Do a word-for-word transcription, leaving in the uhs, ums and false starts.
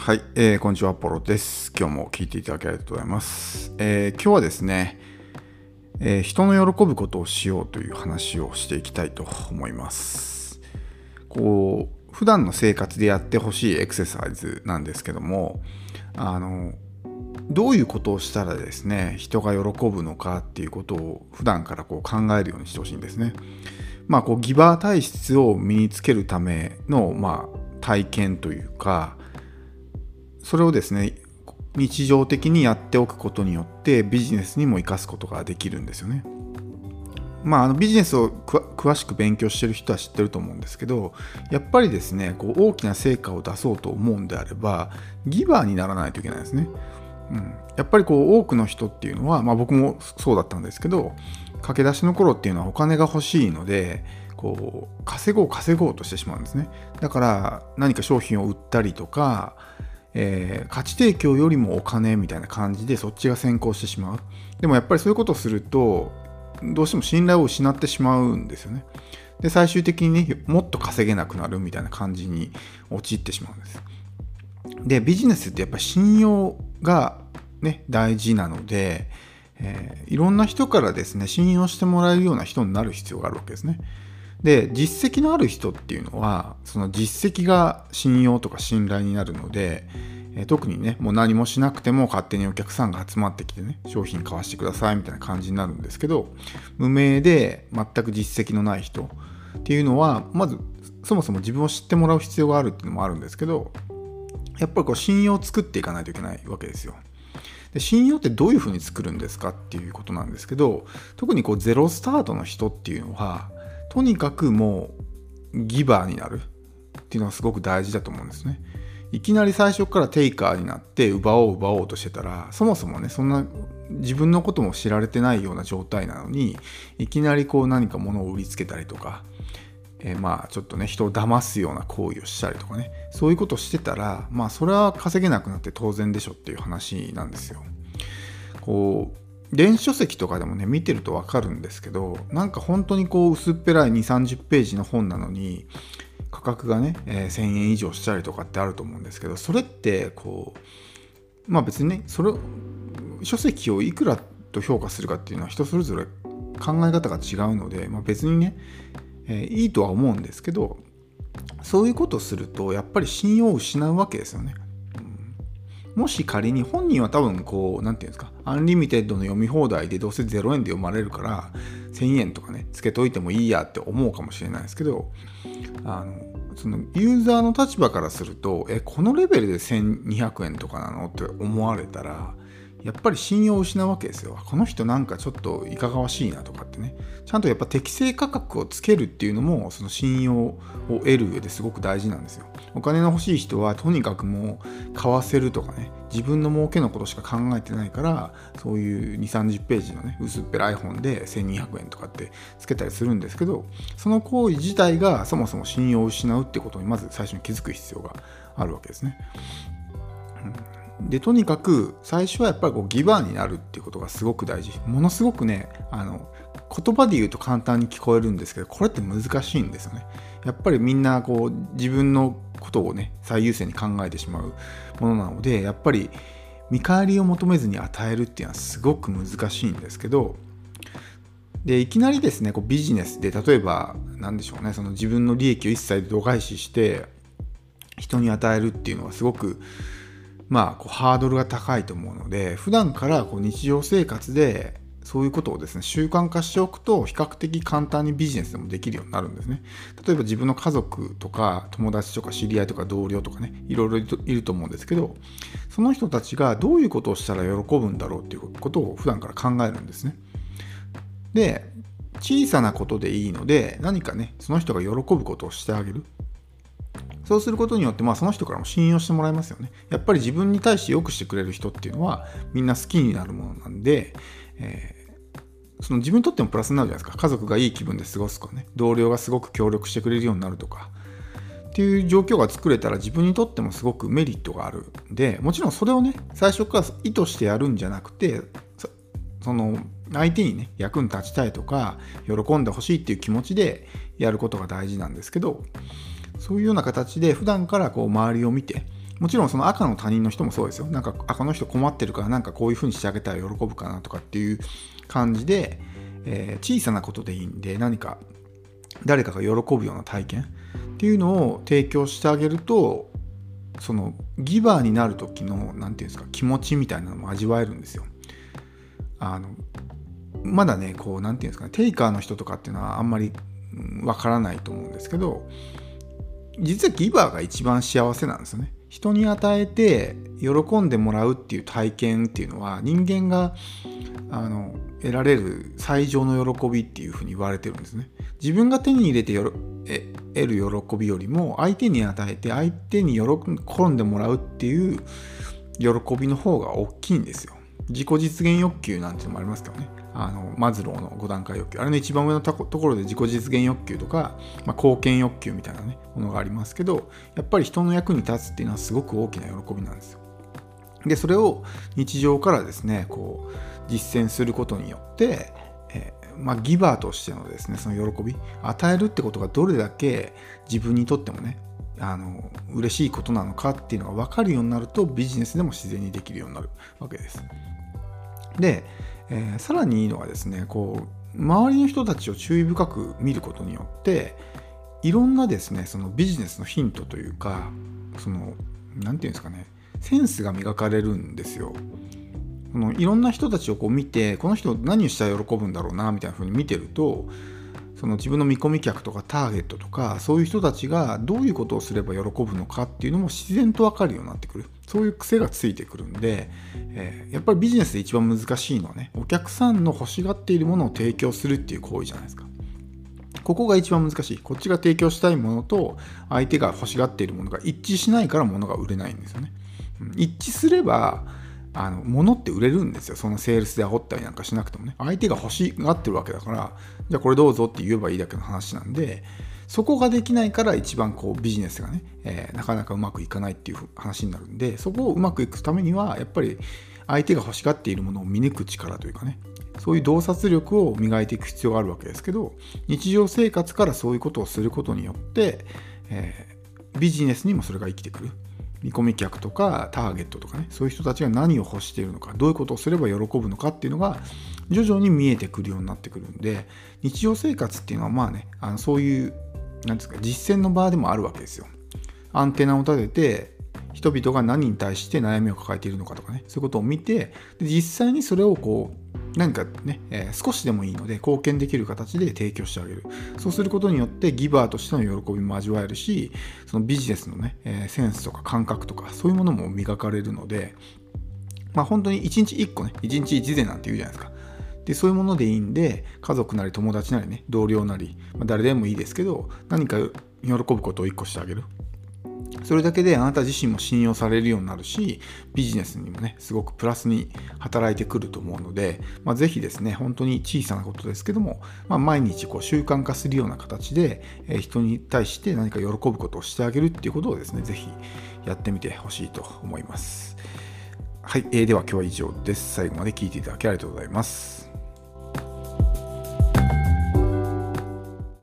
はい、えー、こんにちは、アポロです。今日も聞いていただきありがとうございます。えー、今日はですね、えー人の喜ぶことをしようという話をしていきたいと思います。こう、普段の生活でやってほしいエクササイズなんですけども、あの、どういうことをしたらですね、人が喜ぶのかっていうことを普段からこう考えるようにしてほしいんですね。まあ、こうギバー体質を身につけるための、まあ、体験というか、それをですね、日常的にやっておくことによってビジネスにも生かすことができるんですよね。まあ、あのビジネスを詳しく勉強してる人は知ってると思うんですけど、やっぱりですね、こう大きな成果を出そうと思うんであればギバーにならないといけないですね。うん、やっぱりこう多くの人っていうのは、まあ、僕もそうだったんですけど、駆け出しの頃っていうのはお金が欲しいので、こう稼ごう稼ごうとしてしまうんですね。だから何か商品を売ったりとか、えー、価値提供よりもお金みたいな感じでそっちが先行してしまう。でもやっぱりそういうことをするとどうしても信頼を失ってしまうんですよね。で最終的にね、もっと稼げなくなるみたいな感じに陥ってしまうんです。でビジネスってやっぱり信用がね大事なので、えー、いろんな人からですね信用してもらえるような人になる必要があるわけですね。で実績のある人っていうのはその実績が信用とか信頼になるので、えー、特にねもう何もしなくても勝手にお客さんが集まってきてね商品買わしてくださいみたいな感じになるんですけど、無名で全く実績のない人っていうのはまずそもそも自分を知ってもらう必要があるっていうのもあるんですけど、やっぱりこう信用を作っていかないといけないわけですよ。で信用ってどういうふうに作るんですかっていうことなんですけど、特にこうゼロスタートの人っていうのはとにかくもうギバーになるっていうのがすごく大事だと思うんですね。いきなり最初からテイカーになって奪おう奪おうとしてたら、そもそもねそんな自分のことも知られてないような状態なのに、いきなりこう何か物を売りつけたりとか、えー、まあちょっとね人を騙すような行為をしたりとかね、そういうことをしてたら、まあそれは稼げなくなって当然でしょっていう話なんですよ。こう電子書籍とかでもね見てると分かるんですけど、なんか本当にこう薄っぺらいにじゅう、さんじゅっページの本なのに価格がね、えー、せんえん以上したりとかってあると思うんですけど、それってこうまあ別にねそれ書籍をいくらと評価するかっていうのは人それぞれ考え方が違うので、まあ、別にね、えー、いいとは思うんですけど、そういうことをするとやっぱり信用を失うわけですよね。もし仮に本人は多分こうなんていうんですか、アンリミテッドの読み放題でどうせゼロえんで読まれるからせんえんとかねつけといてもいいやって思うかもしれないですけど、あのそのユーザーの立場からするとえこのレベルでせんにひゃくえんとかなのって思われたら、やっぱり信用を失うわけですよ。この人なんかちょっといかがわしいなとかってね、ちゃんとやっぱ適正価格をつけるっていうのもその信用を得る上ですごく大事なんですよ。お金の欲しい人はとにかくもう買わせるとかね、自分の儲けのことしか考えてないから、そういうにじゅう、さんじゅっページのね薄っぺらい本でせんにひゃくえんとかってつけたりするんですけど、その行為自体がそもそも信用を失うってことにまず最初に気づく必要があるわけですね。うん、でとにかく最初はやっぱりこうギバーになるっていうことがすごく大事。ものすごくね、あの言葉で言うと簡単に聞こえるんですけど、これって難しいんですよね。やっぱりみんなこう自分のことをね最優先に考えてしまうものなので、やっぱり見返りを求めずに与えるっていうのはすごく難しいんですけど、でいきなりですねこうビジネスで例えば何でしょうね、その自分の利益を一切度外視して人に与えるっていうのはすごくまあこうハードルが高いと思うので、普段からこう日常生活でそういうことをですね習慣化しておくと比較的簡単にビジネスでもできるようになるんですね。例えば自分の家族とか友達とか知り合いとか同僚とかね、いろいろいると思うんですけど、その人たちがどういうことをしたら喜ぶんだろうっていうことを普段から考えるんですね。で小さなことでいいので何かねその人が喜ぶことをしてあげる。そうすることによって、まあ、その人からも信用してもらえますよね。やっぱり自分に対して良くしてくれる人っていうのはみんな好きになるものなんで、えー、その自分にとってもプラスになるじゃないですか。家族がいい気分で過ごすとかね、同僚がすごく協力してくれるようになるとかっていう状況が作れたら自分にとってもすごくメリットがあるんで、もちろんそれをね最初から意図してやるんじゃなくて、そその相手にね役に立ちたいとか喜んでほしいっていう気持ちでやることが大事なんですけど、そういうような形で普段からこう周りを見て、 もちろんその赤の他人の人もそうですよ。なんか、あ、この人困ってるからなんかこういう風にしてあげたら喜ぶかなとかっていう感じで、えー、小さなことでいいんで、何か誰かが喜ぶような体験っていうのを提供してあげると、そのギバーになる時の何ていうんですか、気持ちみたいなのも味わえるんですよ。あのまだね、こう何ていうんですかね、テイカーの人とかっていうのはあんまりわからないと思うんですけど、実はギバーが一番幸せなんですよね。人に与えて喜んでもらうっていう体験っていうのは、人間があの得られる最上の喜びっていうふうに言われてるんですね。自分が手に入れてよろえ得る喜びよりも、相手に与えて相手に喜んでもらうっていう喜びの方が大きいんですよ。自己実現欲求なんていうのもありますけどね。あのマズローのご段階欲求、あれの一番上のところで自己実現欲求とか、まあ、貢献欲求みたいなねものがありますけど、やっぱり人の役に立つっていうのはすごく大きな喜びなんですよ。でそれを日常からですね、こう実践することによって、えーまあ、ギバーとしてのですね、その喜び、与えるってことがどれだけ自分にとってもね、あの嬉しいことなのかっていうのが分かるようになると、ビジネスでも自然にできるようになるわけです。で、えー、さらにいいのはですね、こう周りの人たちを注意深く見ることによって、いろんなですね、そのビジネスのヒントというか、そのなんていうんですかね、センスが磨かれるんですよ。このいろんな人たちをこう見て、この人何をしたら喜ぶんだろうなみたいな風に見てると、その自分の見込み客とかターゲットとか、そういう人たちがどういうことをすれば喜ぶのかっていうのも自然と分かるようになってくる。そういう癖がついてくるんで、えー、やっぱりビジネスで一番難しいのはね、お客さんの欲しがっているものを提供するっていう行為じゃないですか。ここが一番難しい。こっちが提供したいものと相手が欲しがっているものが一致しないから物が売れないんですよね。一致すればあの物って売れるんですよ。そのセールスで煽ったりなんかしなくてもね、相手が欲しがってるわけだから、じゃあこれどうぞって言えばいいだけの話なんで、そこができないから一番こうビジネスがね、えー、なかなかうまくいかないっていう話になるんで、そこをうまくいくためにはやっぱり相手が欲しがっているものを見抜く力というかね、そういう洞察力を磨いていく必要があるわけですけど、日常生活からそういうことをすることによって、えー、ビジネスにもそれが生きてくる。見込み客とかターゲットとかね、そういう人たちが何を欲しているのか、どういうことをすれば喜ぶのかっていうのが徐々に見えてくるようになってくるんで、日常生活っていうのはまあね、あのそういうなんですか、実践の場でもあるわけですよ。アンテナを立てて人々が何に対して悩みを抱えているのかとかね、そういうことを見て、で実際にそれをこう何かね、えー、少しでもいいので貢献できる形で提供してあげる。そうすることによってギバーとしての喜びも味わえるし、そのビジネスのね、えー、センスとか感覚とかそういうものも磨かれるので、まあ本当に一日一個ね、一日一善なんて言うじゃないですか。でそういうものでいいんで、家族なり友達なりね、同僚なり、まあ、誰でもいいですけど、何か喜ぶことを一個してあげる。それだけであなた自身も信用されるようになるし、ビジネスにもね、すごくプラスに働いてくると思うので、まあ、ぜひですね、本当に小さなことですけども、まあ、毎日こう習慣化するような形で、えー、人に対して何か喜ぶことをしてあげるっていうことをですね、ぜひやってみてほしいと思います。はい、えー、では今日は以上です。最後まで聞いていただきありがとうございます。